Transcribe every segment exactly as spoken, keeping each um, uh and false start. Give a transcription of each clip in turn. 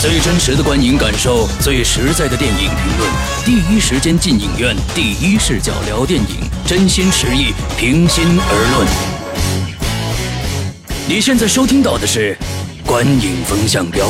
最真实的观影感受，最实在的电影评论，第一时间进影院，第一视角聊电影，真心实意，平心而论。你现在收听到的是观影风向标。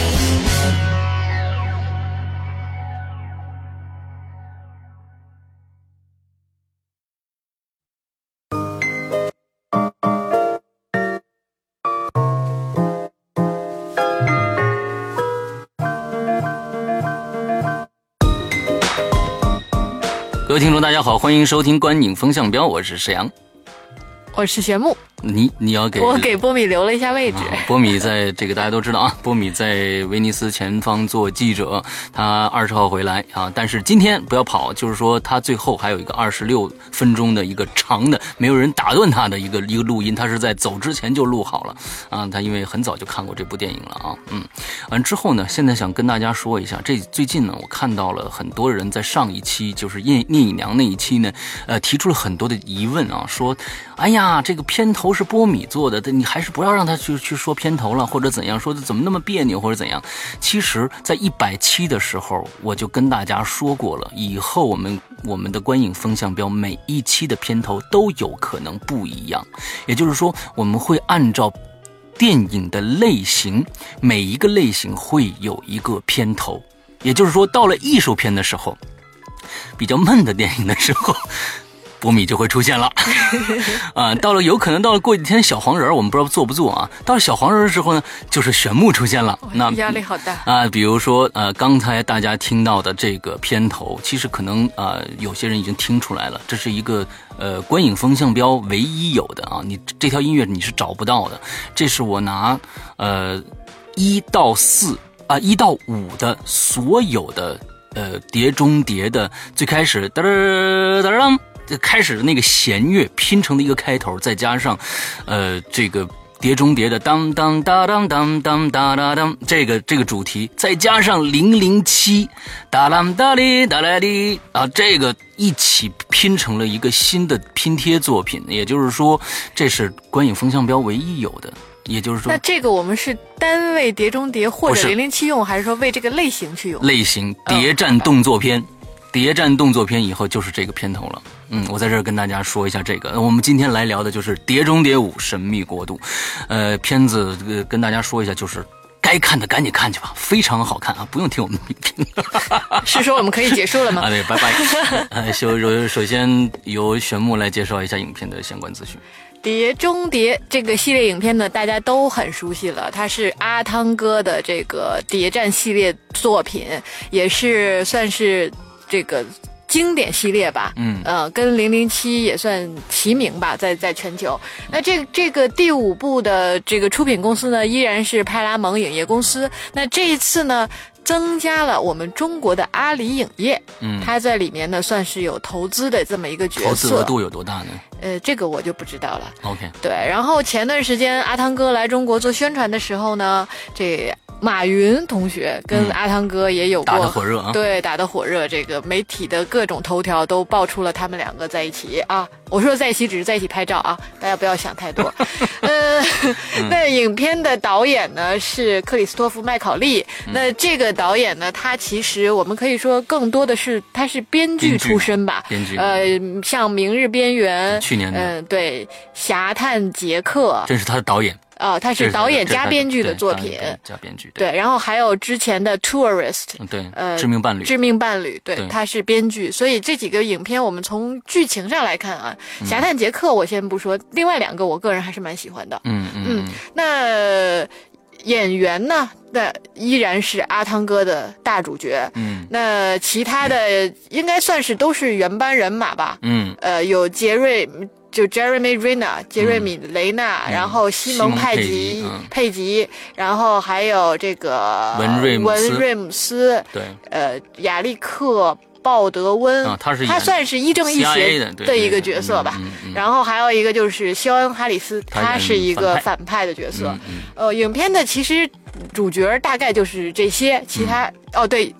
各位听众大家好，欢迎收听观影风向标，我是石阳， 我是玄木。 你你要给我给波米留了一下位置、 啊、波米在这个大家都知道啊，波米在威尼斯前方做记者，他二十号回来啊，但是今天不要跑，就是说他最后还有一个二十六分钟的一个长的没有人打断他的一个一个录音，他是在走之前就录好了啊，他因为很早就看过这部电影了啊，嗯，完之后呢，现在想跟大家说一下，这最近呢，我看到了很多人在上一期就是聂聂隐娘那一期呢，呃，提出了很多的疑问啊，说，哎呀，这个片头是波米做的，你还是不要让他去去说片头了，或者怎样说的怎么那么别扭，或者怎样。其实，在一百期的时候，我就跟大家说过了，以后我们我们的观影风向标每一期的片头都有可能不一样，也就是说，我们会按照电影的类型，每一个类型会有一个片头，也就是说，到了艺术片的时候，比较闷的电影的时候。波米就会出现了啊，到了有可能到了过几天小黄人，我们不知道做不做啊。到了小黄人的时候呢，就是玄木出现了，那压力好大啊。比如说呃，刚才大家听到的这个片头，其实可能啊、呃，有些人已经听出来了，这是一个呃观影风向标唯一有的啊，你这条音乐你是找不到的。这是我拿呃一到四啊一到五的所有的呃碟中谍的最开始哒哒哒哒。开始的那个弦乐拼成的一个开头，再加上，呃，这个碟中谍的当当当当当当当当当这个这个主题，再加上零零七哒啦哒哩哒啦哩啊，这个一起拼成了一个新的拼贴作品。也就是说，这是观影风向标唯一有的。也就是说， 那这个我们是单为碟中谍或者零零七用，还是说为这个类型去用？ 类型谍战动作片。嗯谍战动作片以后就是这个片头了，嗯，我在这儿跟大家说一下这个。我们今天来聊的就是《碟中谍五：神秘国度》，呃，片子、呃、跟大家说一下，就是该看的赶紧看去吧，非常好看啊，不用听我们的评评。 是说我们可以结束了吗？ 啊，对，拜拜。呃，首首先由玄木来介绍一下影片的相关资讯。 碟中谍这个系列影片呢，大家都很熟悉了，它是阿汤哥的这个谍战系列作品，也是算是这个经典系列吧，嗯，呃，跟零零七也算齐名吧，在在全球。那这这个第五部的这个出品公司呢，依然是派拉蒙影业公司。那这一次呢，增加了我们中国的阿里影业，嗯，它在里面呢算是有投资的这么一个角色。 投资额度有多大呢？ 呃，这个我就不知道了。 OK， 对。然后前段时间阿汤哥来中国做宣传的时候呢，这马云同学跟阿汤哥也有过、嗯、 打得火热啊，对， 打得火热。这个媒体的各种头条都爆出了他们两个在一起啊。我说在一起只是在一起拍照啊，大家不要想太多。呃，那影片的导演呢是克里斯托弗麦考利。嗯、那这个导演呢，他其实我们可以说更多的是他是编剧出身吧。 编剧。 呃，像《明日边缘》 去年的， 嗯、呃，对，《侠探杰克》， 这是他的导演。 哦，他是导演加编剧的作品， 加编剧对, 对，然后还有之前的 Tourist， 对， 呃， 致命伴侣， 致命伴侣，对， 对他是编剧，所以这几个影片我们从剧情上来看啊， 嗯、 侠探杰克我先不说，另外两个我个人还是蛮喜欢的， 嗯嗯嗯，那演员呢，那依然是阿汤哥的大主角，嗯，那其他的应该算是都是原班人马吧，嗯，呃，有杰瑞。就 Jeremy Renner 杰瑞米雷纳、嗯、然后西蒙派吉、嗯、佩吉，然后还有这个文瑞姆斯文瑞姆斯， 对， 呃，亚历克鲍德温、 啊、他是他算是亦正亦邪的一个角色吧。 嗯嗯嗯、 然后还有一个就是肖恩哈里斯，他, 他是一个反派的角色。 嗯嗯、 呃，影片的其实主角大概就是这些，其他、嗯、哦对。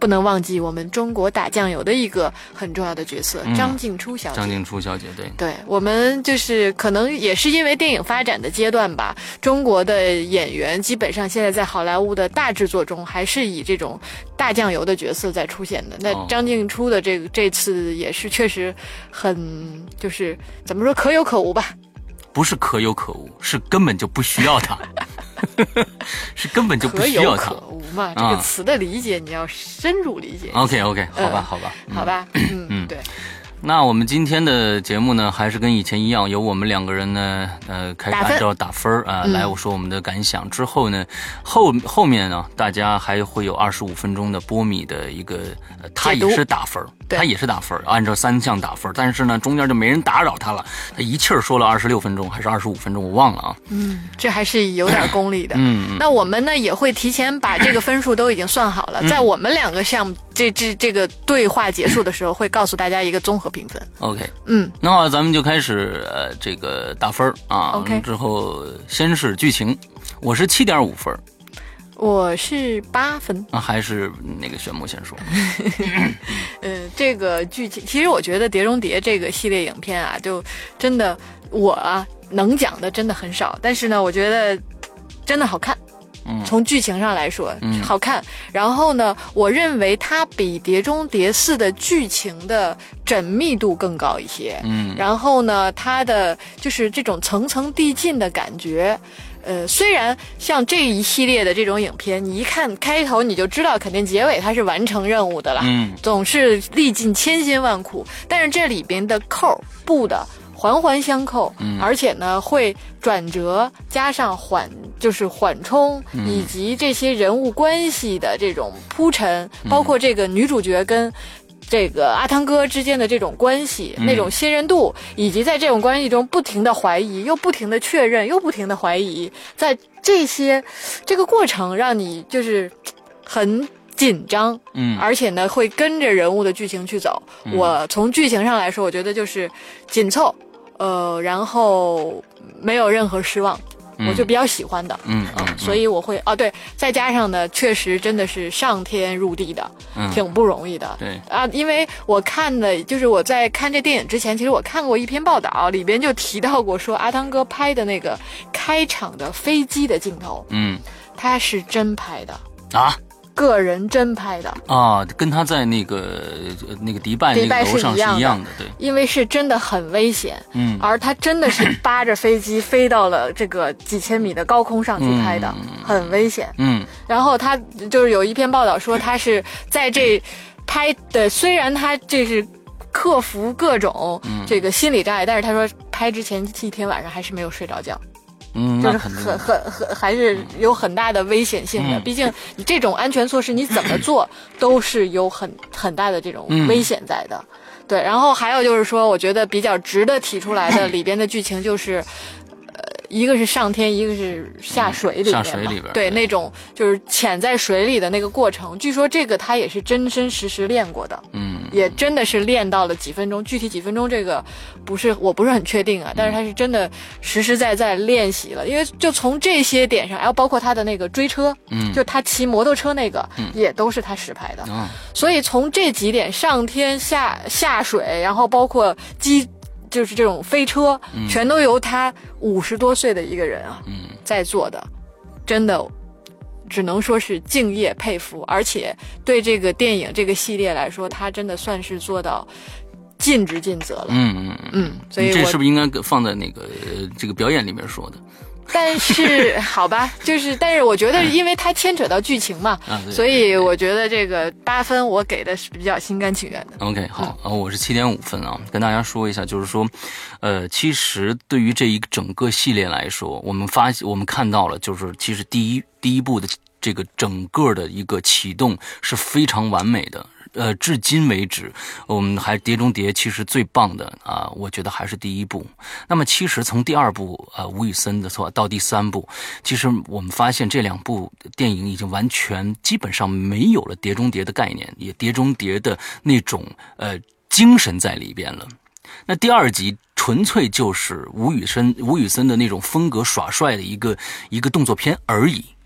不能忘记我们中国打酱油的一个很重要的角色、嗯、张静初小姐。 张静初小姐，对对，我们就是可能也是因为电影发展的阶段吧，中国的演员基本上现在在好莱坞的大制作中还是以这种大酱油的角色在出现的。那张静初的这个这次也是确实很就是怎么说可有可无吧。 不是可有可无，是根本就不需要它是根本就不需要它。 可有可无嘛，这个词的理解、嗯、你要深入理解。 OK OK 好吧、 呃、 好吧好吧嗯嗯对。 那我们今天的节目呢，还是跟以前一样，由我们两个人呢，呃，开始按照打分啊、呃、来我说我们的感想。之后呢，后后面呢，大家还会有二十五分钟的波米的一个，呃，他也是打分，他也是打分，按照三项打分。但是呢，中间就没人打扰他了，他一气儿说了二十六分钟还是二十五分钟，我忘了啊。 嗯，这还是有点功力的。 嗯， 那我们呢也会提前把这个分数都已经算好了，嗯、在我们两个项目这这这个对话结束的时候，会告诉大家一个综合评分。 OK。 嗯， 那好，咱们就开始呃这个打分啊。 OK。 之后先是剧情，我是七点五分， 我是八分。 啊，还是那个玄牧先说。 嗯，这个剧情其实我觉得《碟中谍》这个系列影片啊，就真的我啊能讲的真的很少，但是呢，我觉得真的好看。 嗯， 从剧情上来说， 嗯， 好看。然后呢，我认为它比《碟中谍四》的剧情的缜密度更高一些。 嗯， 然后呢，它的就是这种层层递进的感觉。呃，虽然像这一系列的这种影片，你一看开头你就知道肯定结尾它是完成任务的了， 嗯， 总是历尽千辛万苦，但是这里边的扣布的环环相扣， 嗯， 而且呢会转折加上缓就是缓冲， 嗯， 以及这些人物关系的这种铺陈，嗯，包括这个女主角跟这个阿汤哥之间的这种关系，嗯，那种信任度，以及在这种关系中不停的怀疑，又不停的确认，又不停的怀疑，在这些这个过程让你就是很紧张， 嗯， 而且呢会跟着人物的剧情去走。 嗯， 我从剧情上来说，我觉得就是紧凑，呃，然后没有任何失望。我就比较喜欢的， 嗯嗯，嗯， 所以我会哦，对，再加上呢，确实真的是上天入地的， 嗯， 挺不容易的， 对啊，因为我看的，就是我在看这电影之前，其实我看过一篇报道，里边就提到过说阿汤哥拍的那个开场的飞机的镜头， 嗯， 他是真拍的啊。 个人真拍的啊，跟他在那个那个迪拜那个楼上是一样的，对， 因为是真的很危险， 嗯， 而他真的是扒着飞机飞到了这个几千米的高空上去拍的， 嗯， 很危险， 嗯， 然后他就是有一篇报道说他是在这拍的，虽然他这是克服各种这个心理障碍，嗯，但是他说拍之前一天晚上还是没有睡着觉。 嗯， 就是很很很还是有很大的危险性的，嗯，毕竟你这种安全措施你怎么做都是有很很大的这种危险在的，嗯，对。然后还有就是说，我觉得比较值得提出来的里边的剧情就是。呃，一个是上天，一个是下水里边， 下水里边， 对，那种就是潜在水里的那个过程。据说这个他也是真真实实练过的， 嗯， 也真的是练到了几分钟，具体几分钟这个不是我不是很确定啊，但是他是真的实实在在练习了，因为就从这些点上，还有包括他的那个追车， 嗯， 就他骑摩托车那个， 嗯， 也都是他实拍的， 嗯， 所以从这几点上天下下水，然后包括机。就是这种飞车， 嗯， 全都由他五十多岁的一个人啊， 嗯， 在做的，真的只能说是敬业佩服，而且对这个电影这个系列来说，他真的算是做到尽职尽责了。 嗯嗯嗯，所以这是不是应该放在那个这个表演里面说的？ 但是好吧，就是但是我觉得，因为它牵扯到剧情嘛， 啊， 所以我觉得这个八分我给的是比较心甘情愿的。 OK， 好，嗯，我是七点五分啊，跟大家说一下，就是说，呃，其实对于这一整个系列来说，我们发现我们看到了，就是其实第一第一部的这个整个的一个启动是非常完美的。呃，至今为止，我们还《碟中谍》其实最棒的啊，呃，我觉得还是第一部。那么，其实从第二部呃吴宇森的错到第三部，其实我们发现这两部电影已经完全基本上没有了《碟中谍》的概念，也《碟中谍》的那种呃精神在里边了。那第二集纯粹就是吴宇森吴宇森的那种风格耍帅的一个一个动作片而已。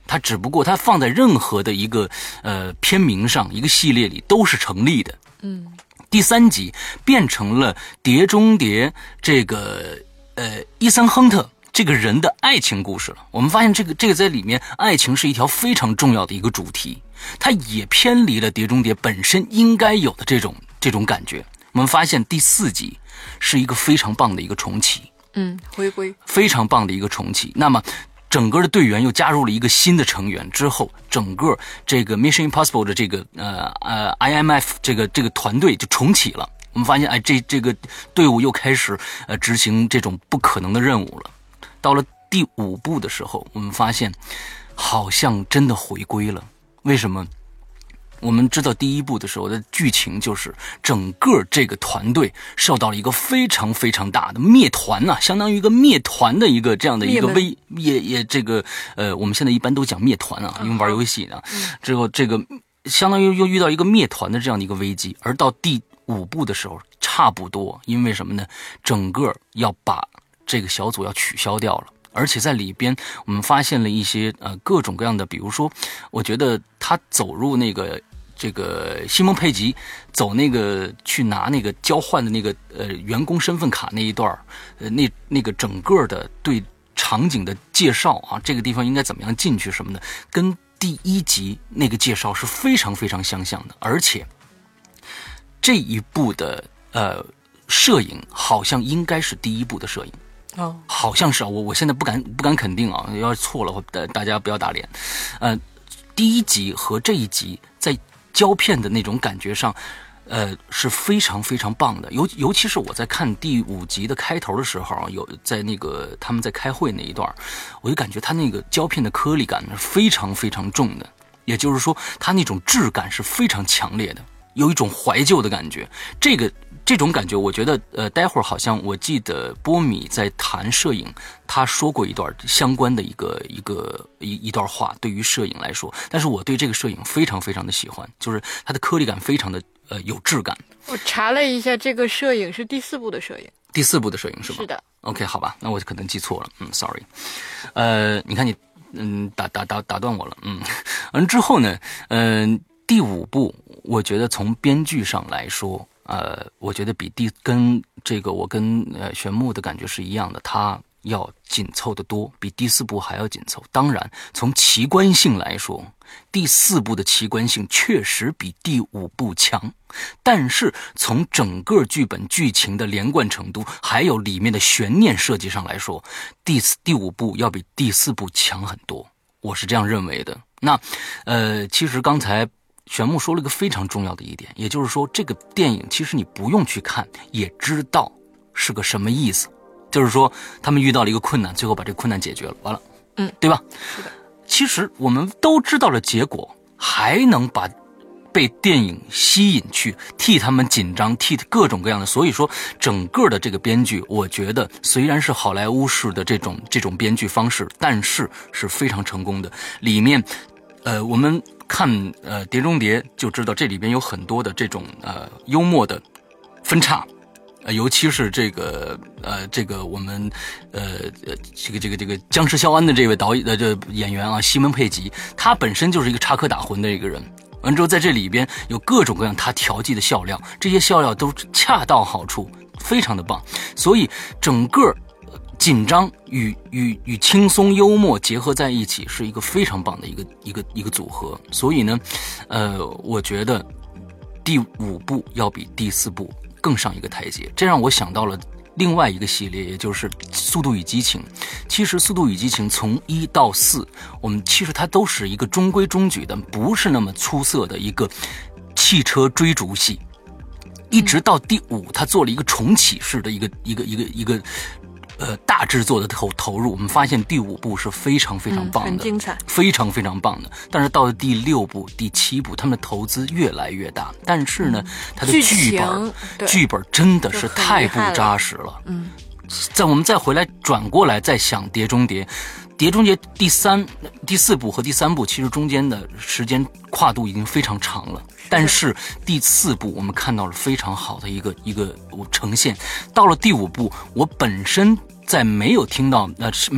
它只不过它放在任何的一个呃片名上，一个系列里都是成立的。 嗯， 第三集变成了碟中谍这个呃伊森亨特这个人的爱情故事了。我们发现这个这个在里面，爱情是一条非常重要的一个主题，它也偏离了碟中谍本身应该有的这种这种感觉。我们发现第四集是一个非常棒的一个重启， 嗯，回归非常棒的一个重启。那么整个的队员又加入了一个新的成员之后，整个这个 Mission Impossible 的这个呃呃 I M F 这个这个团队就重启了。我们发现，哎，这这个队伍又开始呃执行这种不可能的任务了。到了第五部的时候，我们发现好像真的回归了。为什么？我们知道第一部的时候的剧情就是整个这个团队受到了一个非常非常大的灭团啊，相当于一个灭团的一个这样的一个危也也这个呃，我们现在一般都讲灭团啊，因为玩游戏呢，之后这个相当于又遇到一个灭团的这样的一个危机。而到第五部的时候差不多，因为什么呢？整个要把这个小组要取消掉了。而且在里边我们发现了一些呃各种各样的，比如说我觉得他走入那个这个西蒙佩吉走那个去拿那个交换的那个呃员工身份卡那一段，呃那那个整个的对场景的介绍啊，这个地方应该怎么样进去什么的，跟第一集那个介绍是非常非常相像的。而且这一部的呃摄影好像应该是第一部的摄影。 哦， 好像是啊，我我现在不敢不敢肯定啊，要是错了，大大家不要打脸。呃，第一集和这一集在胶片的那种感觉上，呃是非常非常棒的。尤尤其是我在看第五集的开头的时候，有在那个他们在开会那一段，我就感觉它那个胶片的颗粒感是非常非常重的，也就是说，它那种质感是非常强烈的，有一种怀旧的感觉。这个。这种感觉，我觉得，呃，待会儿好像我记得波米在谈摄影，他说过一段相关的一个一个一一段话，对于摄影来说，但是我对这个摄影非常非常的喜欢，就是它的颗粒感非常的呃有质感。 我查了一下，这个摄影是第四部的摄影， 第四部的摄影是吗？ 是的。 OK， 好吧，那我可能记错了，嗯 ，sorry。呃，你看你，嗯，打打打打断我了，嗯，完之后呢，嗯、呃，第五部，我觉得从编剧上来说。呃，我觉得比第跟这个我跟呃玄牧的感觉是一样的，它要紧凑得多，比第四部还要紧凑。当然，从奇观性来说，第四部的奇观性确实比第五部强，但是从整个剧本剧情的连贯程度，还有里面的悬念设计上来说，第第五部要比第四部强很多，我是这样认为的。那呃，其实刚才。玄牧说了一个非常重要的一点，也就是说这个电影其实你不用去看也知道是个什么意思，就是说他们遇到了一个困难，最后把这个困难解决了，完了， 嗯， 对吧？ 是的。 其实我们都知道了结果，还能把被电影吸引去，替他们紧张，替各种各样的，所以说整个的这个编剧，我觉得虽然是好莱坞式的这种这种编剧方式，但是是非常成功的。里面，呃，我们。看呃《碟中谍》就知道这里边有很多的这种呃幽默的分叉，呃尤其是这个呃这个我们呃呃这个这个这个僵尸肖恩的这位导演的这演员啊西蒙佩吉，他本身就是一个插科打诨的一个人，完之后在这里边有各种各样他调剂的笑料，这些笑料都恰到好处，非常的棒，所以整个。紧张与与与轻松幽默结合在一起，是一个非常棒的一个一个一个组合。所以呢，呃，我觉得第五部要比第四部更上一个台阶。这让我想到了另外一个系列，也就是《速度与激情》。其实《速度与激情》从一到四，我们其实它都是一个中规中矩的，不是那么出色的一个汽车追逐戏。一直到第五，它做了一个重启式的一个一个一个一个。呃，大制作的投投入，我们发现第五部是非常非常棒的， 嗯、很精彩， 非常非常棒的。但是到了第六部、第七部，他们的投资越来越大，但是呢，它的剧本剧本真的是太不扎实了。 嗯， 在我们再回来转过来再想《碟中谍》，《碟中谍》第三、第四部和第三部其实中间的时间跨度已经非常长了。但是第四部我们看到了非常好的一个一个呈现，到了第五部，我本身在没有听到呃没有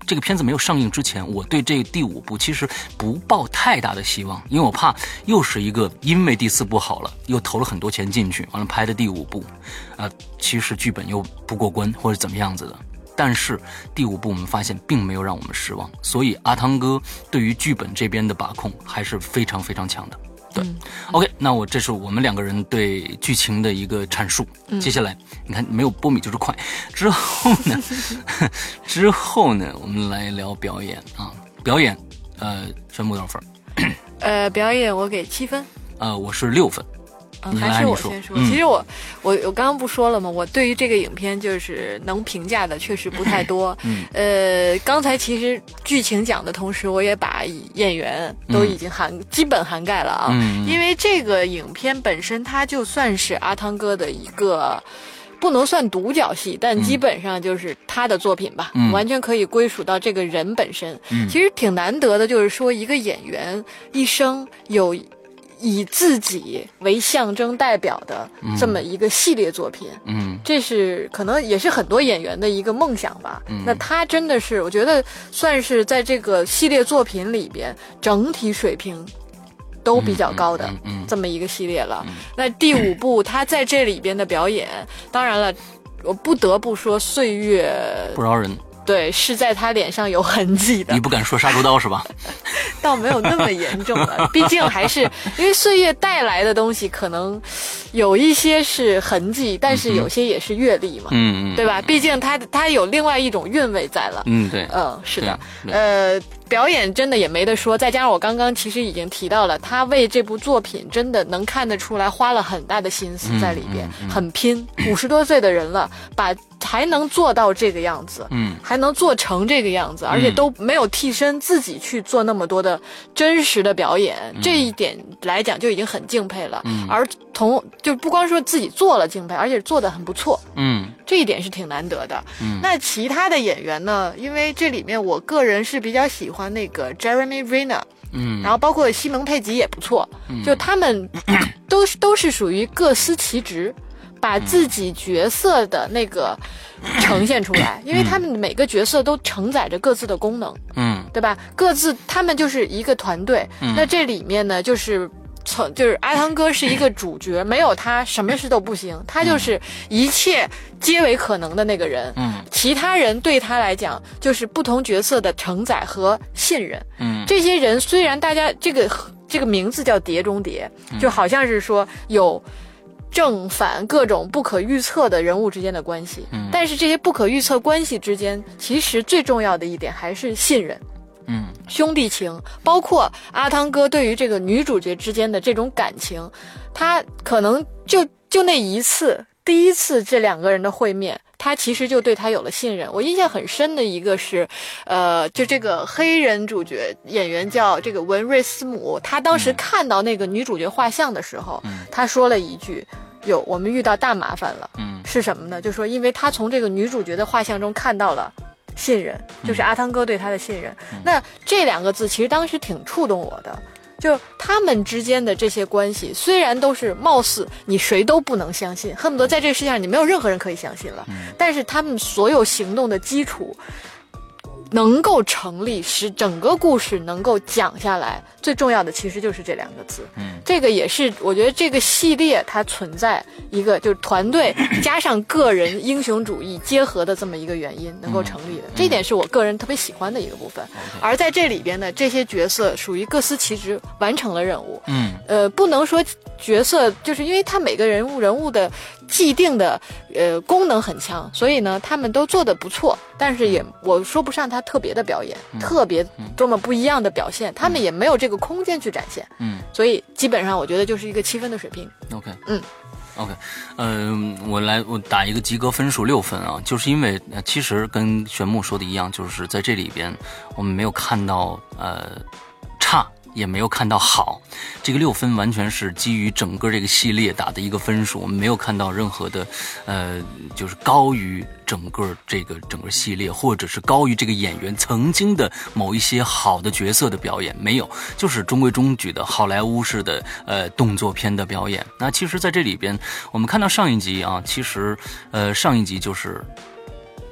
这个片子没有上映之前，我对这第五部其实不抱太大的希望，因为我怕又是一个因为第四部好了，又投了很多钱进去，完了拍的第五部，呃，其实剧本又不过关或者怎么样子的。但是第五部我们发现并没有让我们失望，所以阿汤哥对于剧本这边的把控还是非常非常强的。对、嗯、，OK， 那我这是我们两个人对剧情的一个阐述。嗯、接下来你看，没有波米就是快。之后呢，之后呢，我们来聊表演啊，表演，呃，全部多少分？ 呃，表演我给七分。 呃，我是六分。 嗯，还是我先说。嗯、其实我我我刚刚不说了吗？我对于这个影片就是能评价的确实不太多。嗯，呃，刚才其实剧情讲的同时，我也把演员都已经涵、嗯、基本涵盖了啊。嗯，因为这个影片本身它就算是阿汤哥的一个。不能算独角戏，但基本上就是他的作品吧，嗯、完全可以归属到这个人本身。嗯、其实挺难得的，就是说一个演员一生有以自己为象征代表的这么一个系列作品，嗯，这是可能也是很多演员的一个梦想吧。嗯，那他真的是，我觉得算是在这个系列作品里边整体水平都比较高的这么一个系列了。嗯嗯嗯、那第五部他在这里边的表演，当然了，我不得不说岁月不饶人。 对，是在他脸上有痕迹的。 你不敢说杀猪刀是吧？ 倒没有那么严重了，毕竟还是因为岁月带来的东西，可能有一些是痕迹，但是有些也是阅历嘛，嗯嗯，对吧？毕竟他他有另外一种韵味在了。嗯，对，嗯，是的，呃。表演真的也没得说，再加上我刚刚其实已经提到了，他为这部作品真的能看得出来花了很大的心思在里边，嗯嗯嗯、很拼。五十多岁的人了，把还能做到这个样子，嗯，还能做成这个样子，而且都没有替身自己去做那么多的真实的表演，嗯、这一点来讲就已经很敬佩了。嗯，而同就不光说自己做了敬佩，而且做得很不错。嗯，这一点是挺难得的。嗯，那其他的演员呢？因为这里面我个人是比较喜欢那个 Jeremy Renner， 嗯，然后包括西蒙佩吉也不错，嗯、就他们都是都是属于各司其职，把自己角色的那个呈现出来，因为他们每个角色都承载着各自的功能，嗯，对吧？各自他们就是一个团队，嗯、那这里面呢，就是从就是阿汤哥是一个主角，没有他什么事都不行，他就是一切皆为可能的那个人，嗯，其他人对他来讲就是不同角色的承载和信任，嗯，这些人虽然大家这个这个名字叫碟中谍，就好像是说有正反各种不可预测的人物之间的关系，嗯，但是这些不可预测关系之间，其实最重要的一点还是信任。嗯，兄弟情，包括阿汤哥对于这个女主角之间的这种感情，他可能就就那一次，第一次这两个人的会面，他其实就对他有了信任。我印象很深的一个是，呃，就这个黑人主角演员叫这个文瑞斯姆，他当时看到那个女主角画像的时候，嗯、他说了一句：“哟，我们遇到大麻烦了。”嗯，是什么呢？就说因为他从这个女主角的画像中看到了信任，就是阿汤哥对他的信任。嗯、那这两个字其实当时挺触动我的，就他们之间的这些关系，虽然都是貌似你谁都不能相信，恨不得在这个世界上你没有任何人可以相信了，嗯、但是他们所有行动的基础能够成立，使整个故事能够讲下来，最重要的其实就是这两个字。嗯，这个也是我觉得这个系列它存在一个就是团队加上个人英雄主义结合的这么一个原因能够成立的，嗯、这一点是我个人特别喜欢的一个部分。嗯、而在这里边呢，这些角色属于各司其职，完成了任务。嗯，呃，不能说角色就是因为他每个人物人物的既定的呃功能很强，所以呢他们都做得不错，但是也我说不上他特别的表演，嗯、特别多么不一样的表现，嗯、他们也没有这个空间去展现。嗯，所以基本上我觉得就是一个七分的水平。 OK， 嗯 ，OK， 嗯、呃，我来我打一个及格分数六分啊，就是因为其实跟玄牧说的一样，就是在这里边我们没有看到呃差。也没有看到好，这个六分完全是基于整个这个系列打的一个分数，我们没有看到任何的，呃，就是高于整个这个整个系列，或者是高于这个演员曾经的某一些好的角色的表演，没有，就是中规中矩的好莱坞式的呃动作片的表演。那其实在这里边，我们看到上一集啊，其实呃上一集就是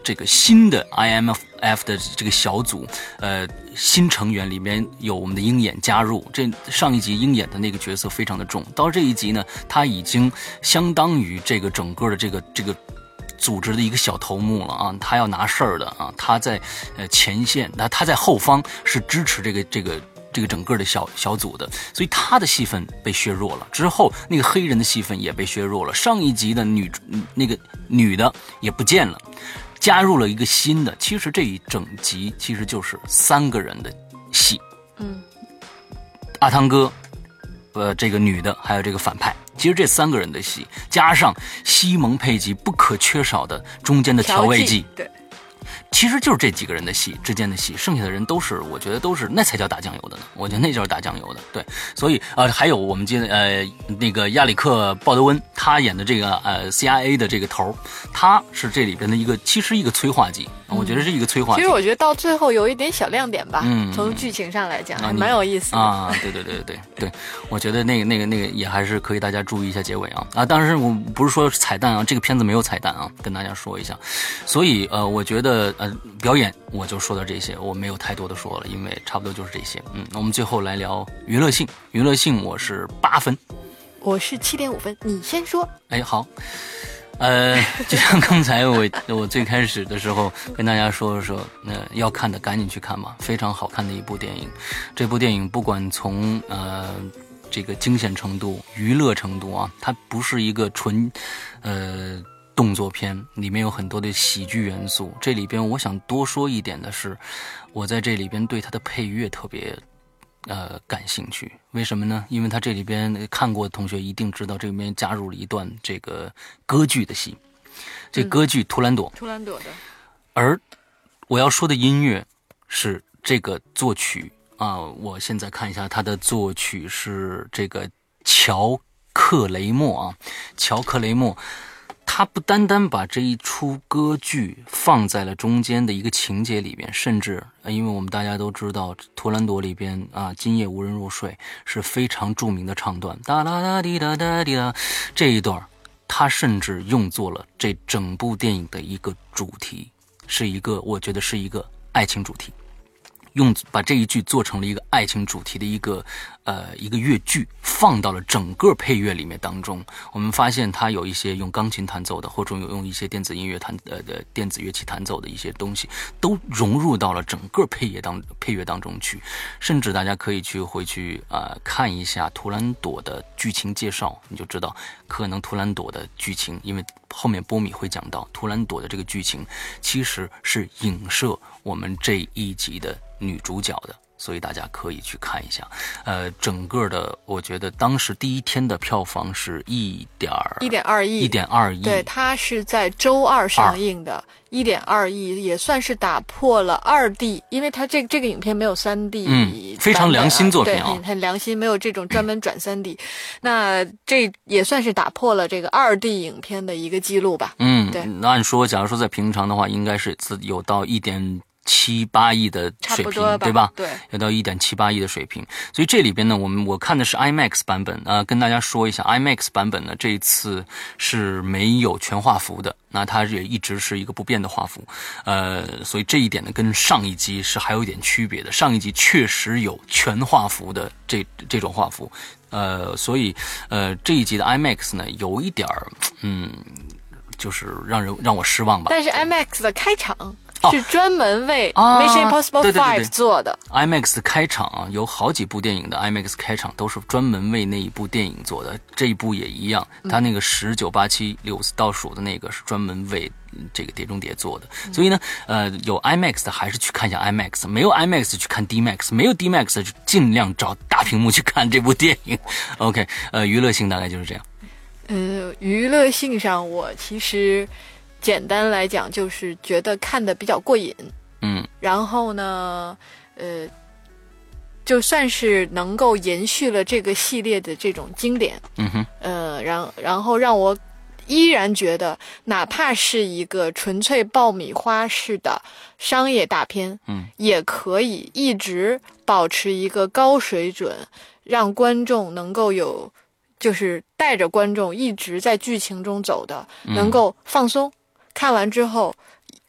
这个新的 I M F 的这个小组，呃，新成员里面有我们的鹰眼加入。这上一集鹰眼的那个角色非常的重，到这一集呢，他已经相当于这个整个的这个这个组织的一个小头目了啊，他要拿事儿的啊，他在呃前线，那他在后方是支持这个这个。这个整个的小小组的，所以他的戏份被削弱了。之后那个黑人的戏份也被削弱了。上一集的女那个女的也不见了，加入了一个新的。其实这一整集其实就是三个人的戏， 嗯， 阿汤哥，呃，这个女的还有这个反派。其实这三个人的戏，加上西蒙佩吉不可缺少的中间的调味剂， 对。 其实就是这几个人的戏之间的戏，剩下的人都是我觉得都是那才叫打酱油的呢。我觉得那就是打酱油的，对。所以呃，还有我们记得呃那个亚里克鲍德温他演的这个呃 C I A 的这个头，他是这里边的一个其实一个催化剂，我觉得是一个催化剂。 其实我觉得到最后有一点小亮点吧， 嗯， 从剧情上来讲、 啊、 还蛮有意思的啊。对对对对对，我觉得那个那个那个也还是可以大家注意一下结尾啊啊！当然我不是说彩蛋啊，这个片子没有彩蛋啊，跟大家说一下。所以呃，我觉得呃表演我就说到这些，我没有太多的说了，因为差不多就是这些。嗯，我们最后来聊娱乐性，娱乐性我是八分， 我是七点五分，你先说。 哎，好。呃，就像刚才我我最开始的时候跟大家说说，呃，要看的赶紧去看吧，非常好看的一部电影。这部电影不管从呃这个惊险程度、娱乐程度啊，它不是一个纯呃动作片，里面有很多的喜剧元素。这里边我想多说一点的是，我在这里边对它的配乐特别。呃，感兴趣，为什么呢？因为他这里边看过的同学一定知道，这里面加入了一段这个歌剧的戏，这歌剧《图兰朵》， 图兰朵的。 而我要说的音乐是这个作曲啊，我现在看一下，他的作曲是这个乔克雷默啊，乔克雷默。他不单单把这一出歌剧放在了中间的一个情节里边，甚至因为我们大家都知道图兰朵里边啊，今夜无人入睡是非常著名的唱段，哒啦哒滴哒哒滴哒，这一段他甚至用作了这整部电影的一个主题，是一个我觉得是一个爱情主题，用把这一句做成了一个爱情主题的一个呃一个乐句，放到了整个配乐里面当中。我们发现它有一些用钢琴弹奏的，或者有用一些电子音乐弹呃的电子乐器弹奏的一些东西，都融入到了整个配乐当配乐当中去。甚至大家可以去回去啊、呃、看一下图兰朵的剧情介绍，你就知道可能图兰朵的剧情，因为后面波米会讲到图兰朵的这个剧情其实是影射我们这一集的女主角的，所以大家可以去看一下。呃，整个的我觉得当时第一天的票房是一点一点二亿， 一点二亿。 对，它是在周二上映的，一点二亿也算是打破了二 D， 因为它这这个影片没有三 D， 嗯，非常良心作品啊， 对，很良心，没有这种专门转三 D， 那这也算是打破了这个二 D 影片的一个记录吧。 嗯， 对， 那按说，假如说在平常的话，应该是有到一点。七八亿的水平， 吧对吧？ 对， 有到一点七八亿的水平。所以这里边呢，我们我看的是 IMAX 版本啊、呃，跟大家说一下 ，IMAX 版本呢这一次是没有全画幅的，那它也一直是一个不变的画幅，呃，所以这一点呢跟上一集是还有一点区别的。上一集确实有全画幅的这这种画幅，呃，所以呃这一集的 IMAX 呢有一点嗯，就是让人让我失望吧。 但是 IMAX 的开场。是专门为 Mission Impossible 五、啊、 五做的。 IMAX 的开场啊，有好几部电影的 IMAX 开场都是专门为那一部电影做的，这一部也一样。它那个十九八七六倒数的那个是专门为这个碟中谍做的。所以呢，呃，有 IMAX 的还是去看一下 IMAX， 没有 IMAX 去看 D MAX， 没有 D MAX 就尽量找大屏幕去看这部电影。OK， 呃，娱乐性大概就是这样。 呃，娱乐性上我其实。简单来讲，就是觉得看得比较过瘾， 嗯， 然后呢，呃，就算是能够延续了这个系列的这种经典， 嗯哼， 呃，然然后让我依然觉得，哪怕是一个纯粹爆米花式的商业大片， 嗯， 也可以一直保持一个高水准，让观众能够有，就是带着观众一直在剧情中走的， 嗯、 能够放松。看完之后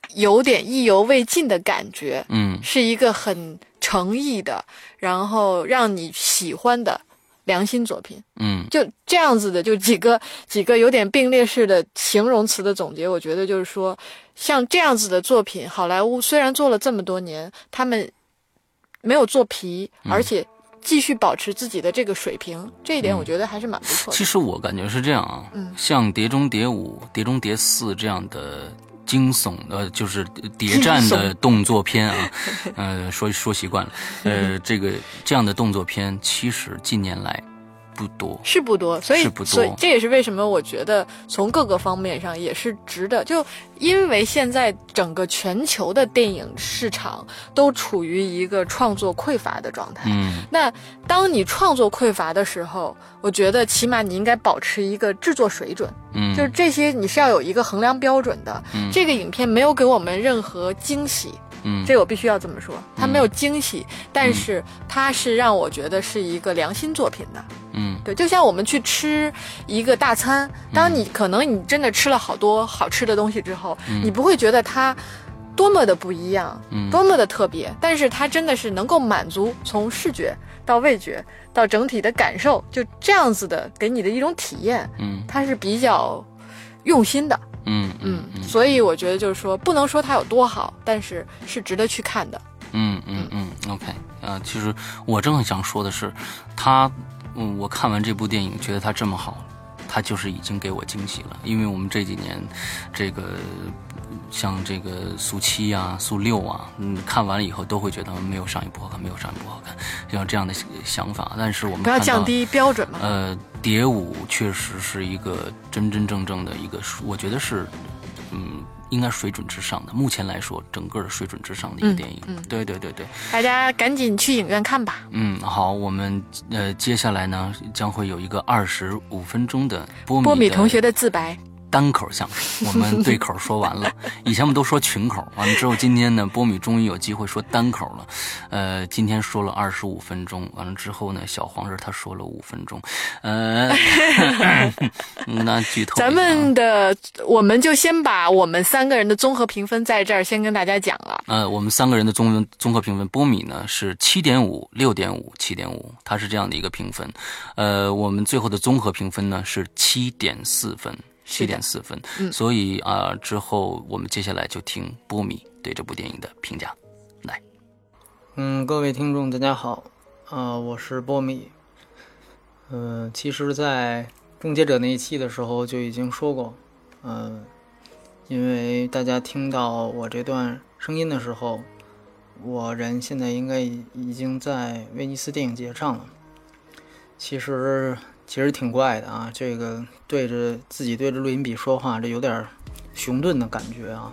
有点意犹未尽的感觉， 嗯， 是一个很诚意的，然后让你喜欢的良心作品。 嗯， 就这样子的，就几个几个有点并列式的形容词的总结，我觉得就是说，像这样子的作品，好莱坞虽然做了这么多年，他们没有做皮，而且继续保持自己的这个水平，这一点我觉得还是蛮不错的。 其实我感觉是这样啊， 嗯， 像《碟中谍五》《碟中谍四》这样的惊悚的，就是谍战的动作片啊，呃，说说习惯了，呃，这个这样的动作片，其实近年来不多， 是不多，所以是不多所以这也是为什么我觉得从各个方面上也是值得，就因为现在整个全球的电影市场都处于一个创作匮乏的状态。 嗯， 那当你创作匮乏的时候，我觉得起码你应该保持一个制作水准。 嗯， 就是这些你是要有一个衡量标准的。 嗯， 这个影片没有给我们任何惊喜。 嗯， 这我必须要这么说，它没有惊喜，嗯，但是它是让我觉得是一个良心作品的。 嗯， 对，就像我们去吃一个大餐，当你可能你真的吃了好多好吃的东西之后，嗯，你不会觉得它多么的不一样，嗯，多么的特别，但是它真的是能够满足从视觉到味觉到整体的感受，就这样子的给你的一种体验，嗯，它是比较用心的。 嗯嗯嗯，所以我觉得就是说，不能说它有多好，但是是值得去看的。 嗯嗯嗯 ，OK， 呃，其实我正想说的是，他，嗯，我看完这部电影，觉得他这么好，他就是已经给我惊喜了。因为我们这几年，这个像这个速七啊、速六啊，嗯，看完了以后都会觉得没有上一部好看，没有上一部好看，像这样的想法。但是我们不要降低标准嘛。 呃，碟舞确实是一个真真正正的一个，我觉得是，嗯，应该水准之上的。目前来说，整个的水准之上的一个电影。嗯，嗯对对对对， 大家赶紧去影院看吧。 嗯，好，我们呃接下来呢将会有一个二十五分钟的波米波米同学的自白。 单口相声，我们对口说完了。以前我们都说群口，完了之后，今天呢，波米终于有机会说单口了。呃，今天说了二十五分钟，完了之后呢，小黄人他说了五分钟。呃，那剧透。 咱们的，我们就先把我们三个人的综合评分在这儿先跟大家讲了。 呃，我们三个人的综综合评分，波米呢是七点五、六点五、七点五，他是这样的一个评分。呃，我们最后的综合评分呢是七点四分。七点四分，嗯，所以啊、呃，之后我们接下来就听波米对这部电影的评价。来， 嗯，各位听众大家好，呃，我是波米。呃，其实，在终结者那一期的时候就已经说过，呃，因为大家听到我这段声音的时候，我人现在应该已经在威尼斯电影节上了。其实。其实挺怪的啊，这个对着自己对着录音笔说话，这有点熊顿的感觉啊。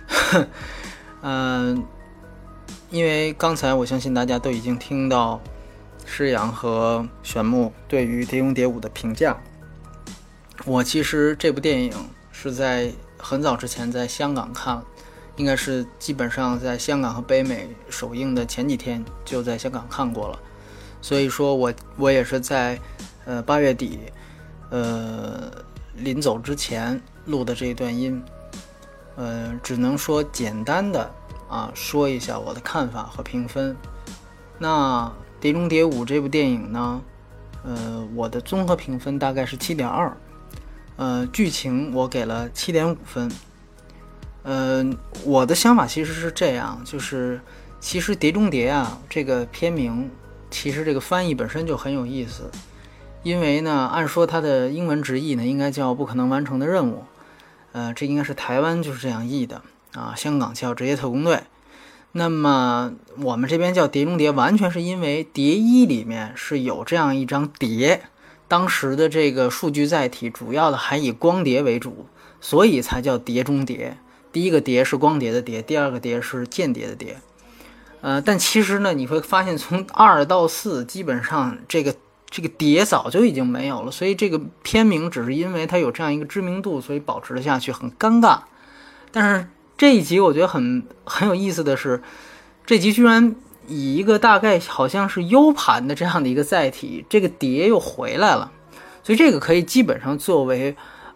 嗯、呃，因为刚才我相信大家都已经听到施洋和玄牧对于《碟中谍五》的评价。我其实这部电影是在很早之前在香港看，应该是基本上在香港和北美首映的前几天就在香港看过了，所以说我我也是在。呃，八月底，呃，临走之前录的这一段音，呃，只能说简单的啊说一下我的看法和评分。那《碟中谍五》这部电影呢，呃，我的综合评分大概是七点二，呃，剧情我给了七点五分。呃，我的想法其实是这样，就是其实《碟中谍》啊这个片名，其实这个翻译本身就很有意思。因为呢，按说它的英文直译呢，应该叫不可能完成的任务，呃，这应该是台湾就是这样译的啊，香港叫职业特工队。那么我们这边叫碟中谍，完全是因为谍一里面是有这样一张碟，当时的这个数据载体主要的还以光碟为主，所以才叫碟中谍。第一个碟是光碟的碟，第二个碟是间谍的碟。呃，但其实呢，你会发现从二到四基本上这个。这个碟早就已经没有了，所以这个片名只是因为它有这样一个知名度，所以保持了下去，很尴尬。但是这一集我觉得很很有意思的是，这集居然以一个大概好像是 U 盘的这样的一个载体，这个碟又回来了，所以这个可以基本上作为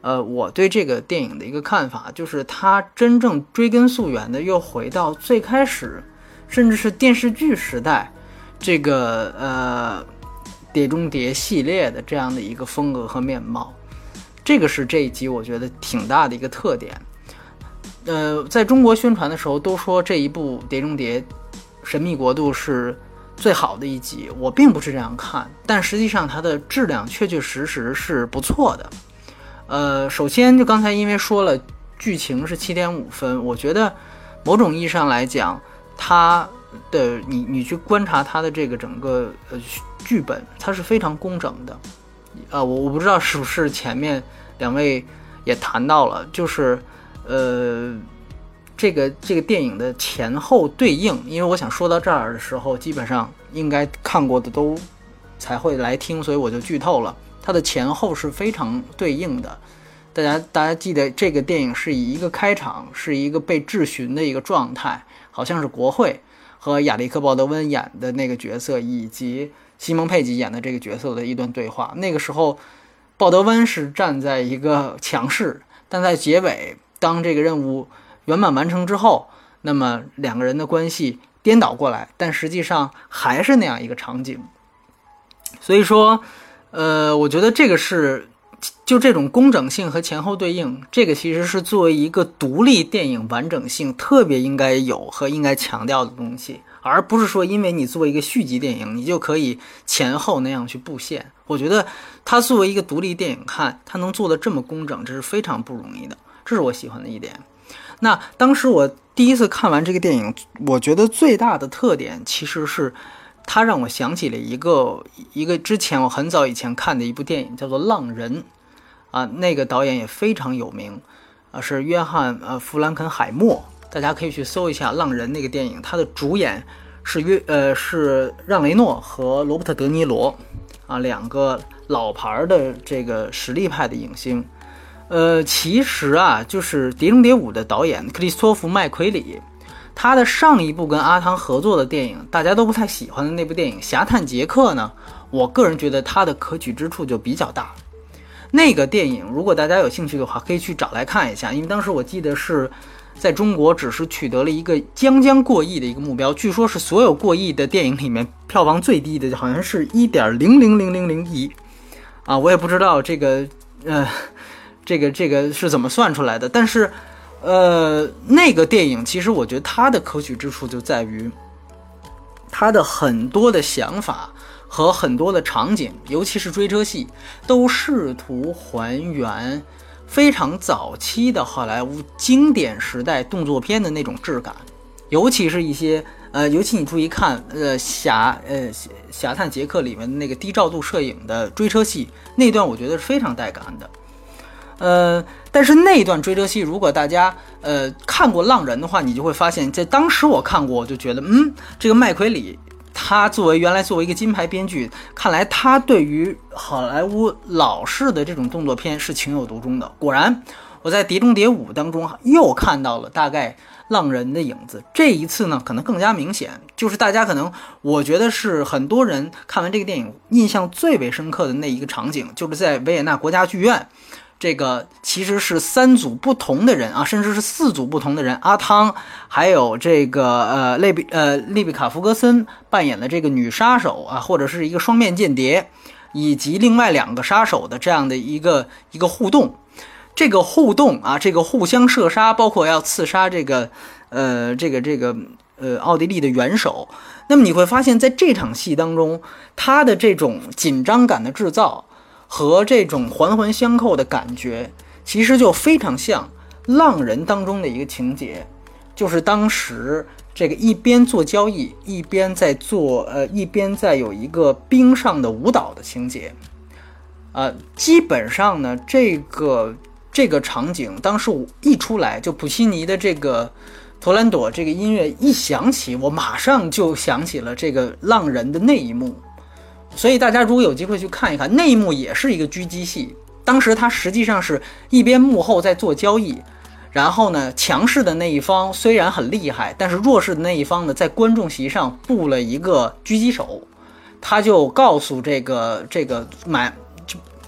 呃，我对这个电影的一个看法就是它真正追根溯源的又回到最开始，甚至是电视剧时代这个呃碟中谍系列的这样的一个风格和面貌，这个是这一集我觉得挺大的一个特点。呃，在中国宣传的时候都说这一部碟中谍神秘国度是最好的一集，我并不是这样看，但实际上它的质量确确实实是不错的。呃，首先就刚才因为说了剧情是 七点五 分，我觉得某种意义上来讲，它的你你去观察它的这个整个呃剧本，它是非常工整的。呃，我我不知道是不是前面两位也谈到了，就是呃这个这个电影的前后对应，因为我想说到这儿的时候，基本上应该看过的都才会来听，所以我就剧透了。它的前后是非常对应的，大家大家记得这个电影是以一个开场是一个被质询的一个状态，好像是国会和亚历克·鲍德温演的那个角色以及西蒙·佩吉演的这个角色的一段对话。那个时候鲍德温是站在一个强势，但在结尾当这个任务圆满完成之后，那么两个人的关系颠倒过来，但实际上还是那样一个场景。所以说呃，我觉得这个是就这种工整性和前后对应，这个其实是作为一个独立电影完整性特别应该有和应该强调的东西，而不是说因为你作为一个续集电影你就可以前后那样去布线。我觉得它作为一个独立电影看，它能做得这么工整，这是非常不容易的，这是我喜欢的一点。那当时我第一次看完这个电影，我觉得最大的特点其实是它让我想起了一个一个之前我很早以前看的一部电影，叫做《浪人》啊，那个导演也非常有名啊，是约翰呃弗兰肯海默，大家可以去搜一下《浪人》那个电影，它的主演是约呃是让雷诺和罗伯特·德尼罗啊，两个老牌的这个实力派的影星。呃，其实啊，就是《碟中谍五》的导演克里斯托弗·麦奎里，他的上一部跟阿汤合作的电影大家都不太喜欢的那部电影《侠探杰克》呢，我个人觉得他的可取之处就比较大。那个电影如果大家有兴趣的话可以去找来看一下，因为当时我记得是在中国只是取得了一个将将过亿的一个目标，据说是所有过亿的电影里面票房最低的，好像是 一点零零零零零亿啊，我也不知道这个呃这个这个是怎么算出来的，但是呃，那个电影其实我觉得它的可取之处就在于它的很多的想法和很多的场景，尤其是追车戏，都试图还原非常早期的好莱坞经典时代动作片的那种质感，尤其是一些呃，尤其你注意看呃侠呃侠探杰克里面的那个低照度摄影的追车戏那段，我觉得是非常带感的。呃，但是那段追车戏，如果大家呃看过《浪人》的话，你就会发现，在当时我看过，我就觉得，嗯，这个麦奎里，他作为原来作为一个金牌编剧，看来他对于好莱坞老式的这种动作片是情有独钟的。果然，我在《碟中谍五》当中又看到了大概浪人的影子。这一次呢，可能更加明显，就是大家可能我觉得是很多人看完这个电影印象最为深刻的那一个场景，就是在维也纳国家剧院。这个其实是三组不同的人啊，甚至是四组不同的人，阿汤还有这个呃类比呃丽比卡福格森扮演的这个女杀手啊，或者是一个双面间谍，以及另外两个杀手的这样的一个一个互动。这个互动啊，这个互相射杀，包括要刺杀这个呃这个这个呃奥地利的元首。那么你会发现在这场戏当中，他的这种紧张感的制造和这种环环相扣的感觉，其实就非常像《浪人》当中的一个情节，就是当时这个一边做交易，一边在做呃，一边在有一个冰上的舞蹈的情节。呃，基本上呢，这个这个场景当时一出来，就普契尼的这个陀兰朵这个音乐一响起，我马上就想起了这个《浪人》的那一幕。所以大家如果有机会去看一看，那一幕也是一个狙击戏，当时他实际上是一边幕后在做交易，然后呢强势的那一方虽然很厉害，但是弱势的那一方呢在观众席上布了一个狙击手，他就告诉这个这个买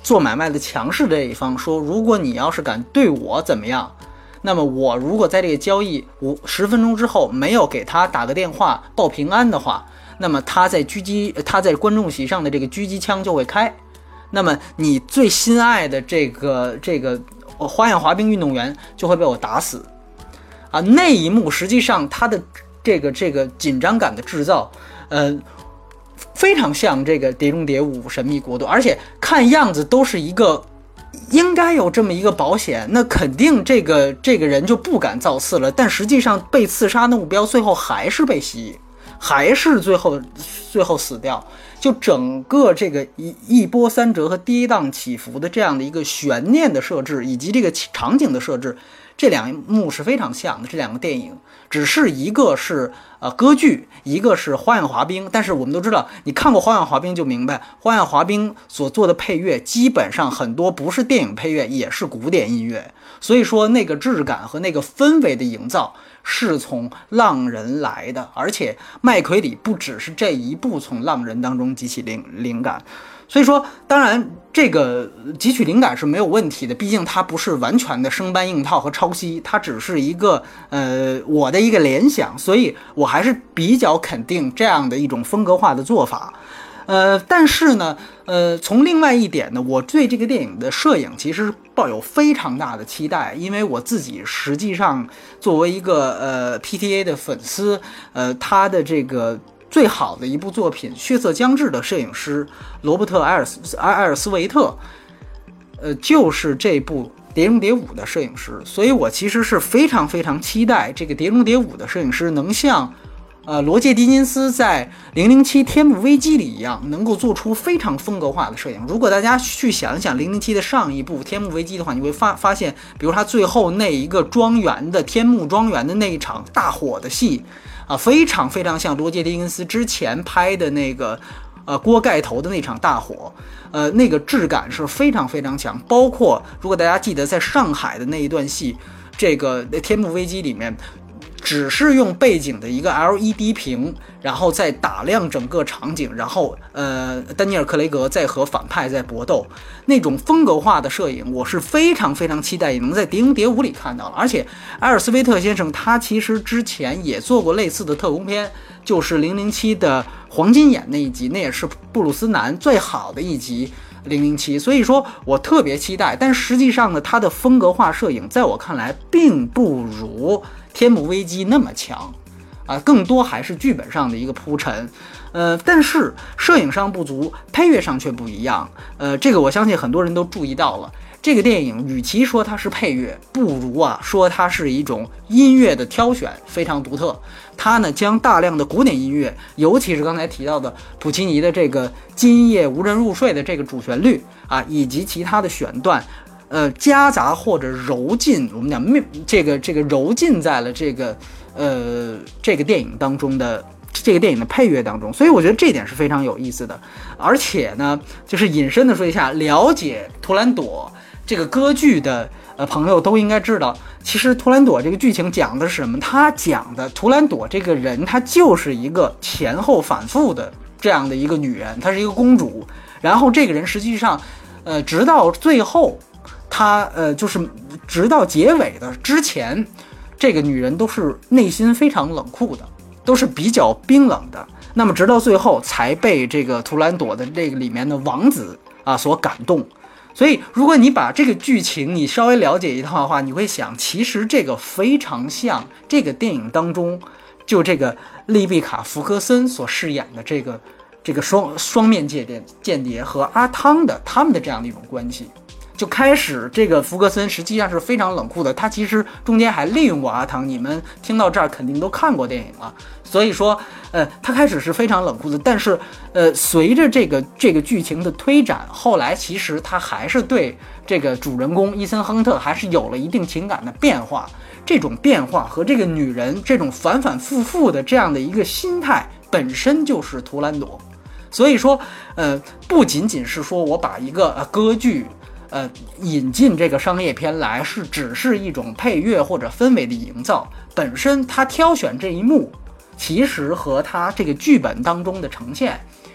做买卖的强势的这一方说，如果你要是敢对我怎么样，那么我如果在这个交易五十分钟之后没有给他打个电话报平安的话，那么他在狙击他在观众席上的这个狙击枪就会开，那么你最心爱的这个这个花样滑冰运动员就会被我打死啊！那一幕实际上他的这个这个紧张感的制造，呃，非常像这个《碟中谍五：神秘国度》，而且看样子都是一个。应该有这么一个保险，那肯定这个这个人就不敢造次了。但实际上被刺杀的目标最后还是被袭，还是最后最后死掉。就整个这个一一波三折和跌宕起伏的这样的一个悬念的设置，以及这个场景的设置，这两幕是非常像的。这两个电影只是一个是呃歌剧，一个是花样滑冰。但是我们都知道，你看过花样滑冰就明白，花样滑冰所做的配乐基本上很多不是电影配乐，也是古典音乐。所以说那个质感和那个氛围的营造是从浪人来的，而且麦奎里不只是这一部从浪人当中汲取灵灵感。所以说当然这个汲取灵感是没有问题的，毕竟它不是完全的生搬硬套和抄袭，它只是一个呃我的一个联想，所以我还是比较肯定这样的一种风格化的做法。呃，但是呢，呃，从另外一点呢，我对这个电影的摄影其实抱有非常大的期待，因为我自己实际上作为一个呃 P T A 的粉丝，呃，他的这个最好的一部作品《血色将至》的摄影师罗伯特·埃尔斯埃尔斯维特，呃，就是这部《碟中谍五》的摄影师，所以我其实是非常非常期待这个《碟中谍五》的摄影师能像。呃，罗杰·狄金斯在《零零七天幕危机》里一样，能够做出非常风格化的摄影。如果大家去想一想《零零七》的上一部《天幕危机》的话，你会发发现，比如他最后那一个庄园的天幕庄园的那一场大火的戏，啊，非常非常像罗杰·狄金斯之前拍的那个呃锅盖头的那场大火，呃，那个质感是非常非常强。包括如果大家记得在上海的那一段戏，这个《天幕危机》里面。只是用背景的一个 L E D 屏，然后再打亮整个场景，然后呃，丹尼尔·克雷格再和反派在搏斗，那种风格化的摄影，我是非常非常期待也能在《碟中谍五》里看到了。而且埃尔斯威特先生他其实之前也做过类似的特工片，就是零零七的黄金眼那一集，那也是布鲁斯南最好的一集零零七，所以说我特别期待。但实际上呢，他的风格化摄影在我看来并不如天幕危机那么强啊，更多还是剧本上的一个铺陈，呃，但是摄影上不足，配乐上却不一样，呃，这个我相信很多人都注意到了。这个电影与其说它是配乐，不如啊说它是一种音乐的挑选，非常独特。它呢将大量的古典音乐，尤其是刚才提到的普契尼的这个今夜无人入睡的这个主旋律啊，以及其他的选段。呃，夹杂或者揉进，我们讲这个这个揉进在了这个呃这个电影当中的这个电影的配乐当中，所以我觉得这点是非常有意思的。而且呢，就是引申的说一下，了解图兰朵这个歌剧的呃朋友都应该知道，其实图兰朵这个剧情讲的是什么？他讲的图兰朵这个人，她就是一个前后反复的这样的一个女人，她是一个公主。然后这个人实际上，呃，直到最后。她呃，就是直到结尾的之前，这个女人都是内心非常冷酷的，都是比较冰冷的。那么直到最后才被这个图兰朵的这个里面的王子啊所感动。所以如果你把这个剧情你稍微了解一套的话，你会想，其实这个非常像这个电影当中就这个丽贝卡·福克森所饰演的这个这个双双面间谍间谍和阿汤的他们的这样的一种关系。就开始这个福格森实际上是非常冷酷的，他其实中间还利用过阿汤，你们听到这儿肯定都看过电影了。所以说呃，他开始是非常冷酷的，但是呃，随着这个这个剧情的推展，后来其实他还是对这个主人公伊森亨特还是有了一定情感的变化。这种变化和这个女人这种反反复复的这样的一个心态本身就是图兰朵。所以说呃，不仅仅是说我把一个呃歌剧呃，引进这个商业片来是只是一种配乐或者氛围的营造，本身他挑选这一幕，其实和他这个剧本当中的呈现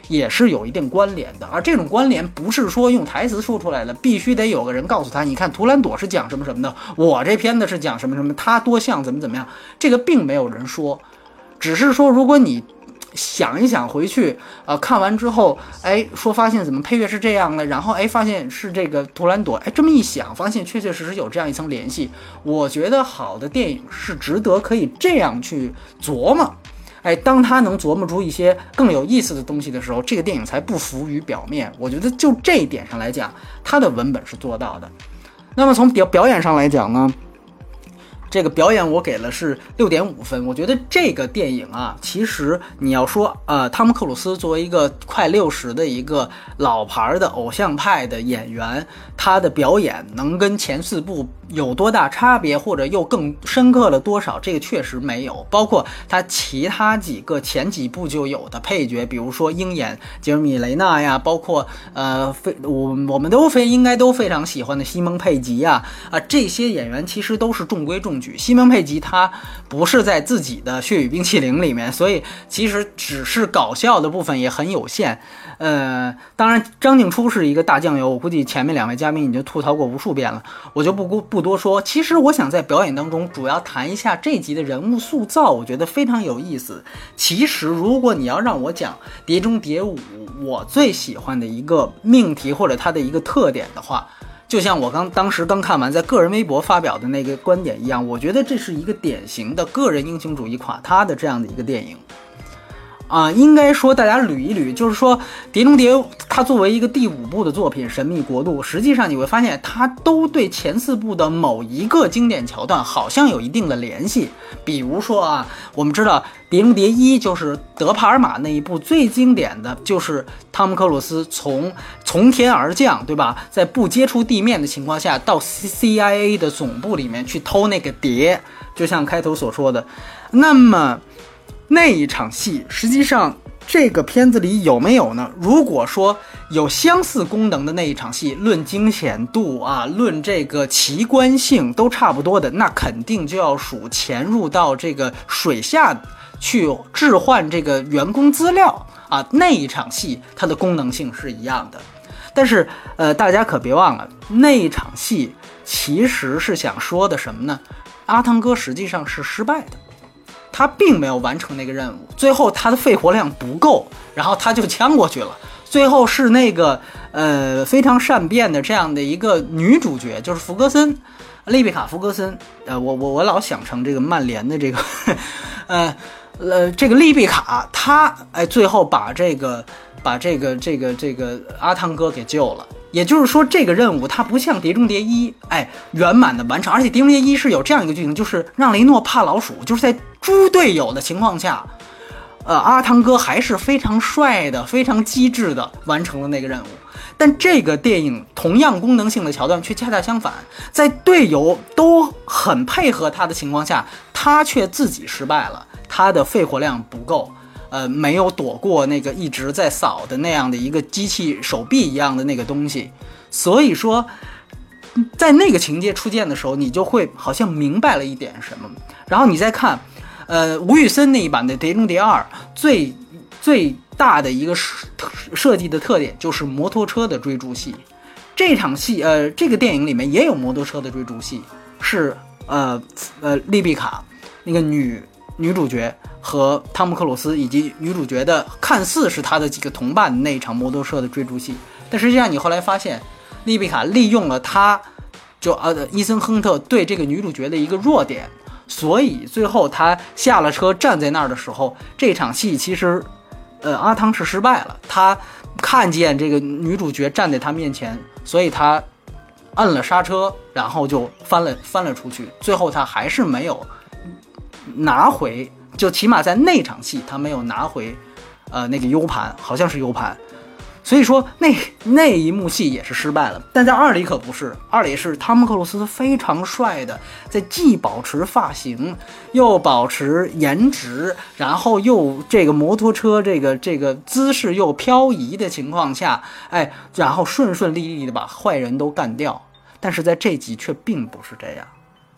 也是有一定关联的。而这种关联不是说用台词说出来的，必须得有个人告诉他，你看图兰朵是讲什么什么的，我这片子是讲什么什么，他多像怎么怎么样，这个并没有人说，只是说如果你想一想回去，呃，看完之后，哎，说发现怎么配乐是这样的，然后哎，发现是这个图兰朵，哎，这么一想，发现确确实实有这样一层联系。我觉得好的电影是值得可以这样去琢磨，哎，当他能琢磨出一些更有意思的东西的时候，这个电影才不浮于表面。我觉得就这一点上来讲，他的文本是做到的。那么从表表演上来讲呢？这个表演我给了是六点五分，我觉得这个电影啊，其实你要说，呃，汤姆克鲁斯作为一个快六十的一个老牌的偶像派的演员，他的表演能跟前四部有多大差别，或者又更深刻了多少？这个确实没有。包括他其他几个前几部就有的配角，比如说鹰眼杰尔米雷纳呀，包括呃，非我我们都非应该都非常喜欢的西蒙佩吉呀，啊，这些演员其实都是中规中矩。西蒙佩吉他不是在自己的《血与冰淇淋》里面，所以其实只是搞笑的部分也很有限。呃，当然张静初是一个大酱油，我估计前面两位嘉宾已经吐槽过无数遍了，我就不不多说。其实我想在表演当中主要谈一下这集的人物塑造，我觉得非常有意思。其实如果你要让我讲《碟中谍五》我最喜欢的一个命题或者它的一个特点的话，就像我刚当时刚看完在个人微博发表的那个观点一样，我觉得这是一个典型的个人英雄主义垮塌的这样的一个电影。啊，应该说大家捋一捋，就是说《碟中谍》它作为一个第五部的作品《神秘国度》，实际上你会发现它都对前四部的某一个经典桥段好像有一定的联系。比如说啊，我们知道《碟中谍一》就是德帕尔玛那一部最经典的，就是汤姆克鲁斯从从天而降，对吧？在不接触地面的情况下，到 C I A 的总部里面去偷那个碟，就像开头所说的。那么那一场戏，实际上这个片子里有没有呢？如果说有相似功能的那一场戏，论惊险度啊，论这个奇观性都差不多的，那肯定就要数潜入到这个水下去置换这个员工资料啊，那一场戏它的功能性是一样的。但是呃，大家可别忘了，那一场戏其实是想说的什么呢？阿汤哥实际上是失败的。他并没有完成那个任务，最后他的肺活量不够，然后他就呛过去了。最后是那个呃非常善变的这样的一个女主角，就是福格森，丽贝卡·福格森。呃，我我我老想成这个曼联的这个，呃呃这个丽贝卡，她哎最后把这个把这个这个这个阿汤哥给救了。也就是说，这个任务它不像《碟中谍一》哎圆满的完成，而且《碟中谍一》是有这样一个剧情，就是让雷诺怕老鼠，就是在猪队友的情况下，呃，阿汤哥还是非常帅的、非常机智的完成了那个任务。但这个电影同样功能性的桥段却恰恰相反，在队友都很配合他的情况下，他却自己失败了，他的肺活量不够。呃，没有躲过那个一直在扫的那样的一个机器手臂一样的那个东西，所以说，在那个情节出现的时候，你就会好像明白了一点什么。然后你再看，呃，吴宇森那一版的《碟中谍二》最最大的一个设计的特点就是摩托车的追逐戏。这场戏，呃，这个电影里面也有摩托车的追逐戏，是呃呃丽比卡那个女女主角和汤姆克鲁斯以及女主角的看似是他的几个同伴的那一场摩托车的追逐戏，但实际上你后来发现，丽比卡利用了他就呃伊森亨特对这个女主角的一个弱点，所以最后他下了车站在那儿的时候，这场戏其实呃阿汤是失败了，他看见这个女主角站在他面前，所以他摁了刹车，然后就翻了翻了出去，最后他还是没有拿回，就起码在那场戏他没有拿回呃那个 U 盘，好像是 U 盘，所以说那那一幕戏也是失败了。但在二里可不是，二里是汤姆克鲁斯非常帅的，在既保持发型又保持颜值，然后又这个摩托车这个这个姿势又漂移的情况下，哎，然后顺顺利利的把坏人都干掉。但是在这集却并不是这样，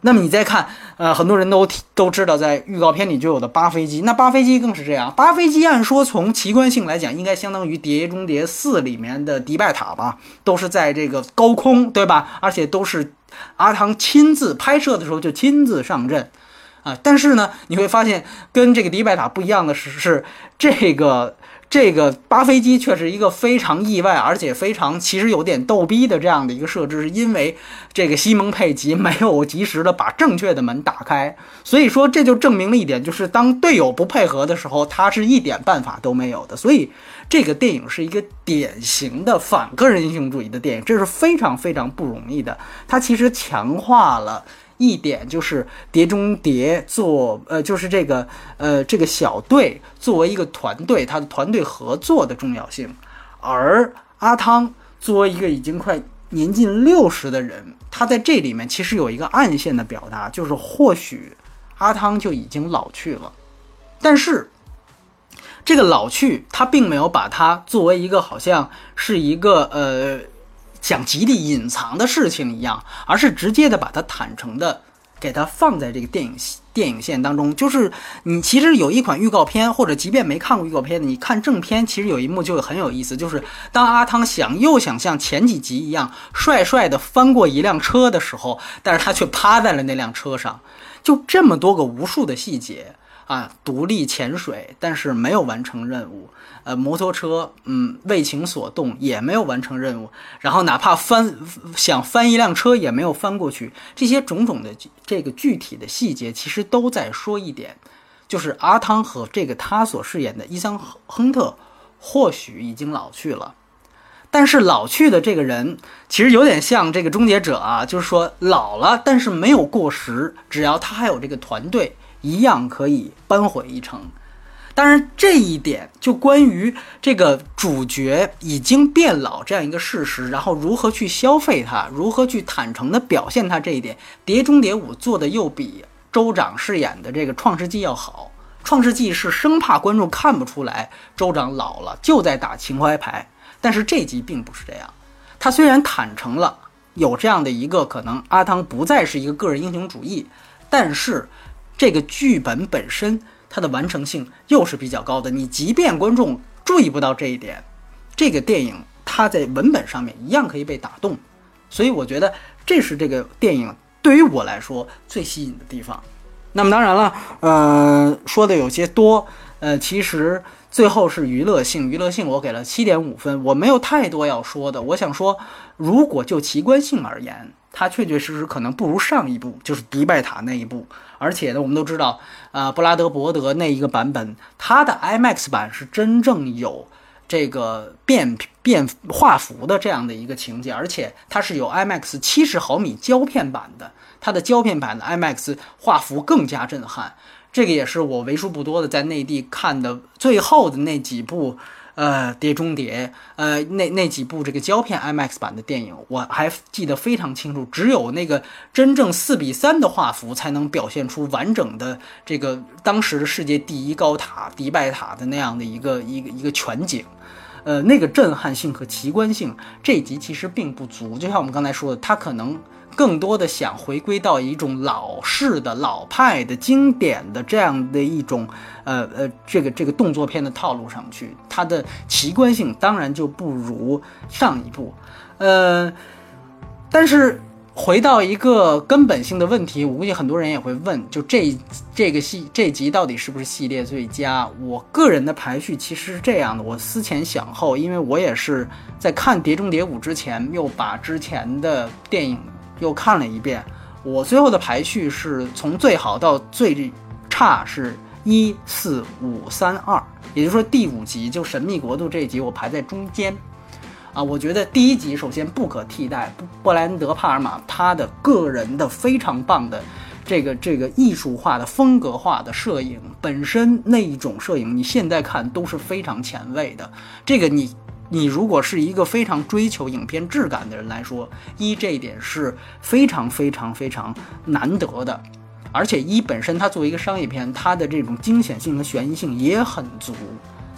那么你再看，呃，很多人都都知道，在预告片里就有的八飞机，那八飞机更是这样。八飞机按说从奇观性来讲，应该相当于《碟中谍四》里面的迪拜塔吧，都是在这个高空，对吧？而且都是阿汤亲自拍摄的时候就亲自上阵啊。但是呢，你会发现跟这个迪拜塔不一样的是，是这个。这个八飞机却是一个非常意外，而且非常其实有点逗逼的这样的一个设置，是因为这个西蒙佩吉没有及时的把正确的门打开，所以说这就证明了一点，就是当队友不配合的时候，他是一点办法都没有的。所以这个电影是一个典型的反个人英雄主义的电影，这是非常非常不容易的。它其实强化了一点，就是碟中谍做呃，就是这个呃这个小队作为一个团队，它的团队合作的重要性。而阿汤作为一个已经快年近六十的人，他在这里面其实有一个暗线的表达，就是或许阿汤就已经老去了，但是这个老去他并没有把它作为一个好像是一个呃。想极力隐藏的事情一样，而是直接的把它坦诚的给它放在这个电影电影线当中。就是你其实有一款预告片，或者即便没看过预告片的，你看正片，其实有一幕就很有意思，就是当阿汤想又想像前几集一样帅帅的翻过一辆车的时候，但是他却趴在了那辆车上。就这么多个无数的细节啊，独立潜水，但是没有完成任务。呃，摩托车，嗯，为情所动，也没有完成任务。然后哪怕翻想翻一辆车，也没有翻过去。这些种种的这个具体的细节，其实都在说一点，就是阿汤和这个他所饰演的伊桑亨特，或许已经老去了。但是老去的这个人，其实有点像这个终结者啊，就是说老了，但是没有过时，只要他还有这个团队，一样可以扳回一城。当然这一点就关于这个主角已经变老这样一个事实，然后如何去消费它，如何去坦诚的表现它，这一点碟中谍五做的又比州长饰演的这个创世纪要好。创世纪是生怕观众看不出来州长老了，就在打情怀牌，但是这集并不是这样。他虽然坦诚了有这样的一个可能，阿汤不再是一个个人英雄主义，但是这个剧本本身它的完成性又是比较高的，你即便观众注意不到这一点，这个电影它在文本上面一样可以被打动。所以我觉得这是这个电影对于我来说最吸引的地方。那么当然了，呃，说的有些多，呃，其实最后是娱乐性，娱乐性我给了 七点五 分，我没有太多要说的。我想说，如果就奇观性而言，它确确实实可能不如上一部，就是迪拜塔那一部。而且呢，我们都知道，呃，布拉德伯德那一个版本，它的 IMAX 版是真正有这个变变画幅的这样的一个情节，而且它是有 IMAX 七十毫米胶片版的，它的胶片版的 IMAX 画幅更加震撼。这个也是我为数不多的在内地看的最后的那几部。呃，碟中谍，呃，那那几部这个胶片 IMAX 版的电影，我还记得非常清楚。只有那个真正四比三的画幅，才能表现出完整的这个当时的世界第一高塔迪拜塔的那样的一个一个一个全景。呃，那个震撼性和奇观性，这一集其实并不足。就像我们刚才说的，它可能更多的想回归到一种老式的、老派的、经典的这样的一种，呃呃，这个这个动作片的套路上去，它的奇观性当然就不如上一部，呃，但是回到一个根本性的问题，我估计很多人也会问，就这这个戏这集到底是不是系列最佳？我个人的排序其实是这样的，我思前想后，因为我也是在看《碟中谍五》之前，又把之前的电影又看了一遍，我最后的排序是从最好到最差是一四五三二，也就是说第五集就神秘国度这一集我排在中间啊。我觉得第一集首先不可替代，布莱恩德帕尔玛他的个人的非常棒的这个这个艺术化的风格化的摄影，本身那一种摄影你现在看都是非常前卫的，这个你你如果是一个非常追求影片质感的人来说，一这一点是非常非常非常难得的。而且一本身它作为一个商业片，它的这种惊险性和悬疑性也很足，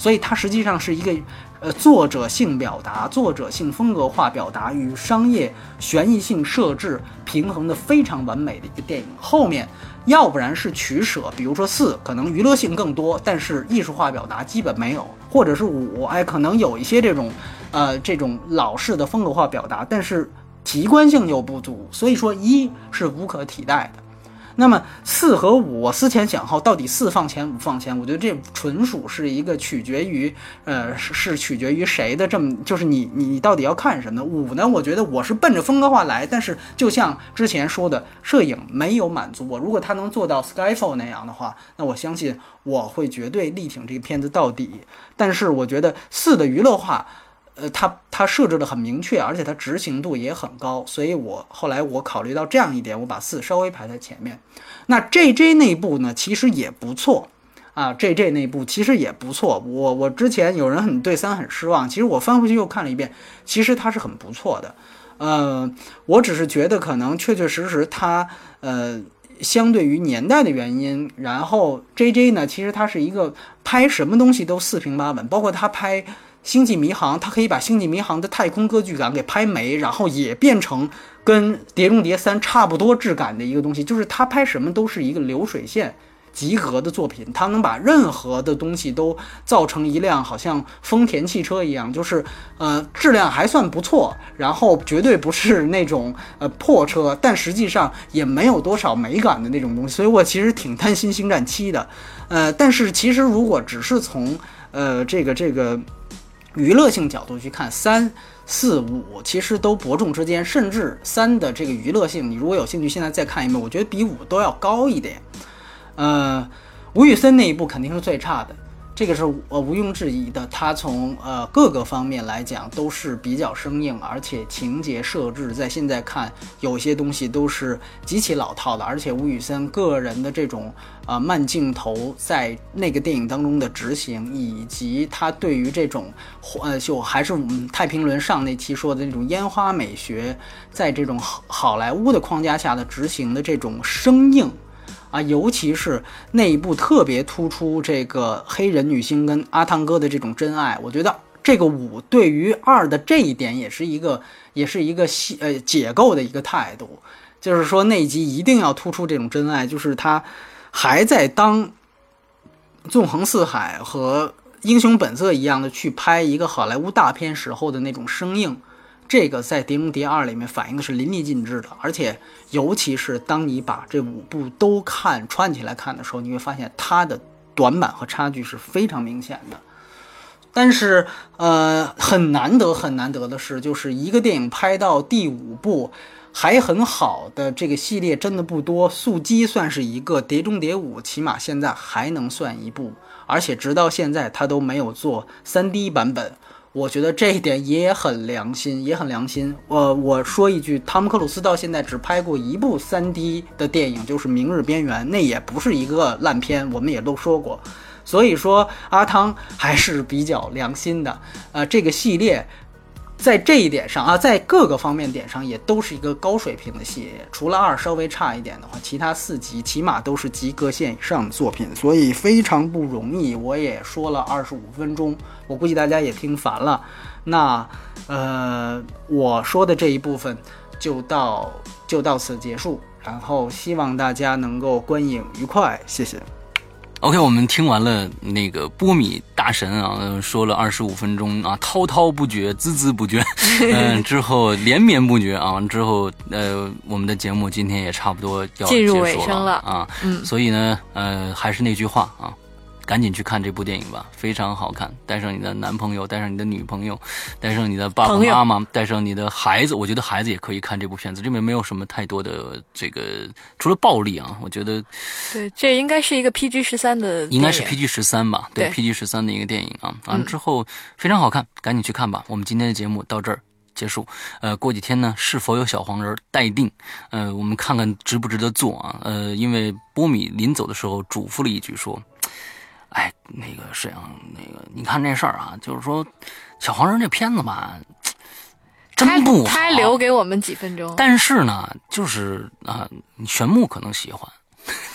所以它实际上是一个呃作者性表达、作者性风格化表达与商业悬疑性设置平衡的非常完美的一个电影。后面要不然是取舍，比如说四可能娱乐性更多，但是艺术化表达基本没有，或者是五哎可能有一些这种呃这种老式的风格化表达，但是奇观性又不足，所以说一是无可替代的。那么四和五，我思前想后，到底四放前五放前，我觉得这纯属是一个取决于，呃，是是取决于谁的这么，就是你你你到底要看什么？五呢，我觉得我是奔着风格化来，但是就像之前说的，摄影没有满足我，如果他能做到 Skyfall 那样的话，那我相信我会绝对力挺这个片子到底。但是我觉得四的娱乐化。呃，它它设置的很明确，而且它执行度也很高，所以我后来我考虑到这样一点，我把四稍微排在前面。那 J J 那部呢，其实也不错啊 ，J J 那部其实也不错。我我之前有人很对三很失望，其实我翻回去又看了一遍，其实它是很不错的。呃，我只是觉得可能确确实实它呃。相对于年代的原因，然后 J J 呢，其实它是一个拍什么东西都四平八稳，包括他拍星际迷航，他可以把星际迷航的太空歌剧感给拍没，然后也变成跟碟中谍三差不多质感的一个东西，就是他拍什么都是一个流水线及格的作品，他能把任何的东西都造成一辆好像丰田汽车一样，就是呃质量还算不错，然后绝对不是那种呃破车，但实际上也没有多少美感的那种东西，所以我其实挺担心星战七的，呃，但是其实如果只是从呃这个这个娱乐性角度去看，三四五其实都伯仲之间，甚至三的这个娱乐性，你如果有兴趣现在再看一遍，我觉得比五都要高一点。呃，吴宇森那一部肯定是最差的，这个是呃毋庸置疑的。他从呃各个方面来讲都是比较生硬，而且情节设置在现在看有些东西都是极其老套的，而且吴宇森个人的这种啊、呃、慢镜头在那个电影当中的执行，以及他对于这种呃就还是嗯太平轮上那期说的那种烟花美学，在这种好莱坞的框架下的执行的这种生硬。啊，尤其是那一部特别突出这个黑人女星跟阿汤哥的这种真爱，我觉得这个五对于二的这一点也是一个，也是一个呃解构的一个态度，就是说那一集一定要突出这种真爱，就是他还在当纵横四海和英雄本色一样的去拍一个好莱坞大片时候的那种生硬。这个在《碟中谍二》里面反映的是淋漓尽致的，而且尤其是当你把这五部都看串起来看的时候，你会发现它的短板和差距是非常明显的。但是呃，很难得很难得的是，就是一个电影拍到第五部还很好的这个系列真的不多，速激算是一个，碟中谍五起码现在还能算一部，而且直到现在它都没有做 三 D 版本。我觉得这一点也很良心，也很良心。我我说一句，汤姆克鲁斯到现在只拍过一部 三 D 的电影，就是《明日边缘》，那也不是一个烂片，我们也都说过。所以说，阿汤还是比较良心的。呃，这个系列在这一点上啊，在各个方面点上也都是一个高水平的系列，除了二稍微差一点的话，其他四集起码都是及格线以上的作品，所以非常不容易。我也说了二十五分钟，我估计大家也听烦了。那呃，我说的这一部分就到就到此结束，然后希望大家能够观影愉快，谢谢。 OK， 我们听完了那个波米大神啊，说了二十五分钟啊，滔滔不绝，孜孜不倦，嗯、呃，之后连绵不绝啊，之后呃，我们的节目今天也差不多要进入尾结束声了啊， 嗯， 所以呢，呃，还是那句话啊。赶紧去看这部电影吧，非常好看。带上你的男朋友，带上你的女朋友，带上你的爸爸妈妈，带上你的孩子。我觉得孩子也可以看这部片子，这边没有什么太多的这个，除了暴力啊，我觉得对，这应该是一个 P G 十三 的， 应该是 P G 十三 吧？对, 对 ，P G 十三 的一个电影啊。完了之后、嗯、非常好看，赶紧去看吧。我们今天的节目到这儿结束。呃，过几天呢，是否有小黄人待定？呃，我们看看值不值得做啊？呃，因为波米临走的时候嘱咐了一句说。哎，那个沈阳，那个你看这事儿啊，就是说，小黄人这片子吧，真不好。 他留给我们几分钟， 但是呢，就是啊，玄牧可能喜欢。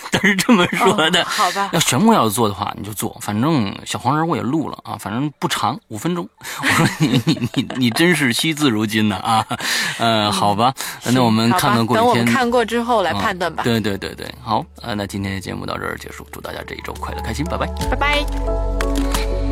他是这么说的。 哦、好吧， 要玄木要做的话，你就做，反正小黄人我也录了啊，反正不长，五分钟。我说你你你你真是惜字如金呐啊！呃，好吧，那我们看看过一天， 等我们看过之后来判断吧。 嗯、对对对对，好，呃，那今天的节目到这儿结束，祝大家这一周快乐开心，拜拜， 拜拜。